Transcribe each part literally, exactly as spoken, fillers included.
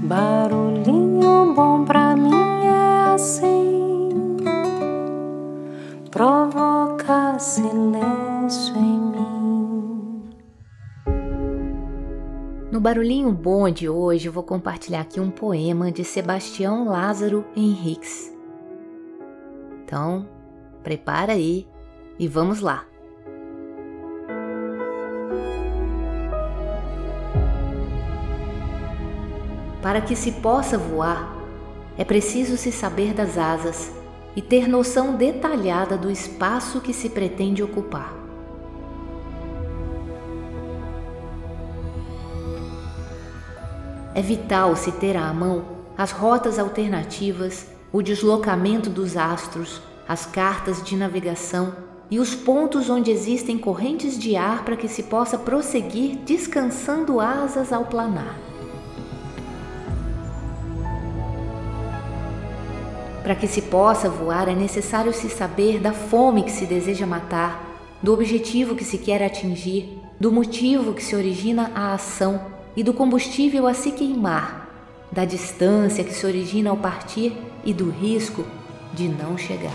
Barulhinho bom pra mim é assim, provoca silêncio em mim. No Barulhinho Bom de hoje eu vou compartilhar aqui um poema de Sebastião Lázaro Henriques. Então, prepara aí e vamos lá. Para que se possa voar, é preciso se saber das asas e ter noção detalhada do espaço que se pretende ocupar. É vital se ter à mão as rotas alternativas, o deslocamento dos astros, as cartas de navegação e os pontos onde existem correntes de ar para que se possa prosseguir descansando asas ao planar. Para que se possa voar é necessário se saber da fome que se deseja matar, do objetivo que se quer atingir, do motivo que se origina a ação e do combustível a se queimar, da distância que se origina ao partir e do risco de não chegar.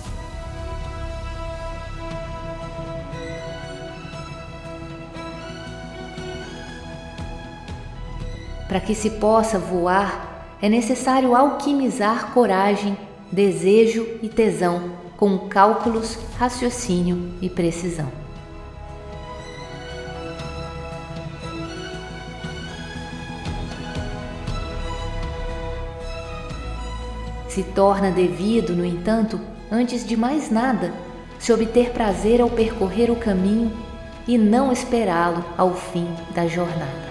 Para que se possa voar, é necessário alquimizar coragem, desejo e tesão com cálculos, raciocínio e precisão. Se torna devido, no entanto, antes de mais nada, se obter prazer ao percorrer o caminho e não esperá-lo ao fim da jornada.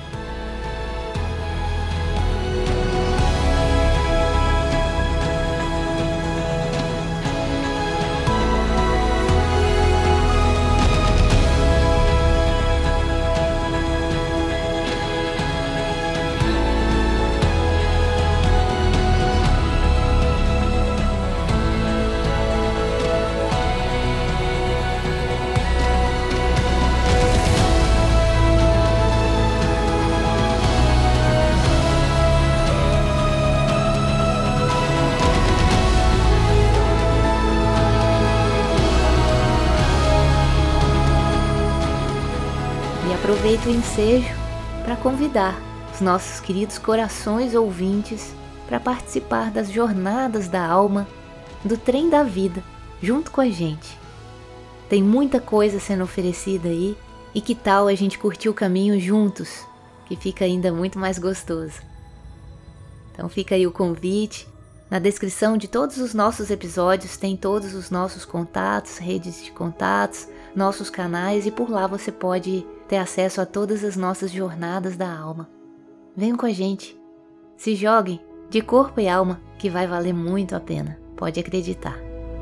E aproveito o ensejo para convidar os nossos queridos corações ouvintes para participar das jornadas da alma do Trem da Vida junto com a gente. Tem muita coisa sendo oferecida aí e que tal a gente curtir o caminho juntos, que fica ainda muito mais gostoso. Então fica aí o convite. Na descrição de todos os nossos episódios tem todos os nossos contatos, redes de contatos, nossos canais e por lá você pode ter acesso a todas as nossas jornadas da alma. Venham com a gente, se joguem de corpo e alma que vai valer muito a pena, pode acreditar.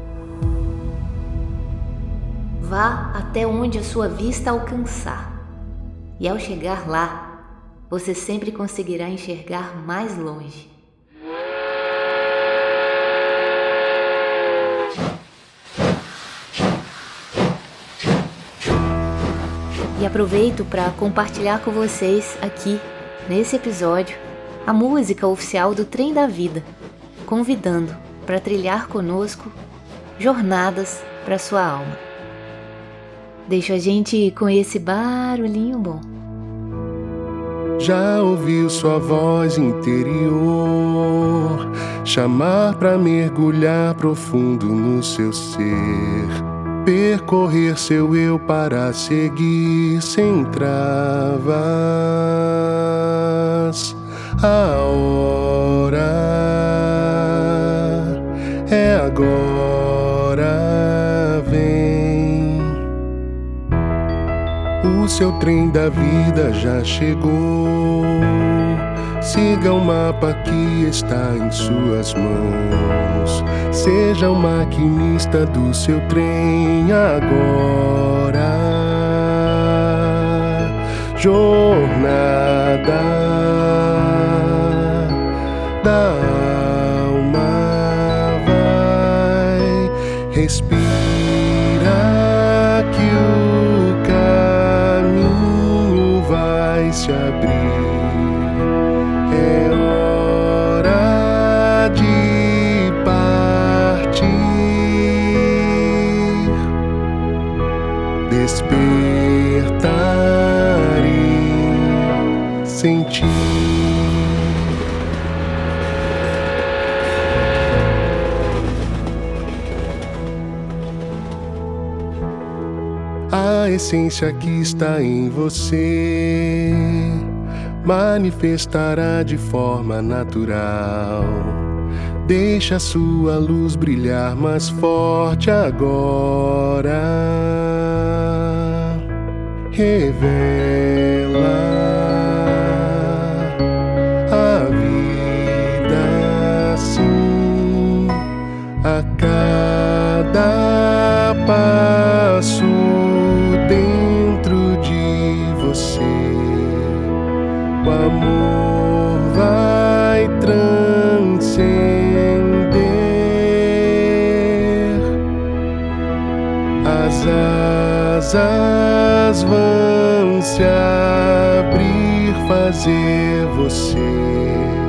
Vá até onde a sua vista alcançar e ao chegar lá, você sempre conseguirá enxergar mais longe. E aproveito para compartilhar com vocês aqui, nesse episódio, a música oficial do Trem da Vida, convidando para trilhar conosco jornadas para sua alma. Deixa a gente com esse barulhinho bom. Já ouviu sua voz interior chamar para mergulhar profundo no seu ser, percorrer seu eu para seguir sem travas. A hora é agora, vem. O seu trem da vida já chegou. Siga o mapa que está em suas mãos. Seja o maquinista do seu trem agora. Jornada da alma vai. Respira que o caminho vai se abrir. É hora A essência que está em você manifestará de forma natural. Deixa sua luz brilhar mais forte agora. Revela a vida assim a cada passo dentro de você. O amor vai transcender, as asas vão se abrir, fazer você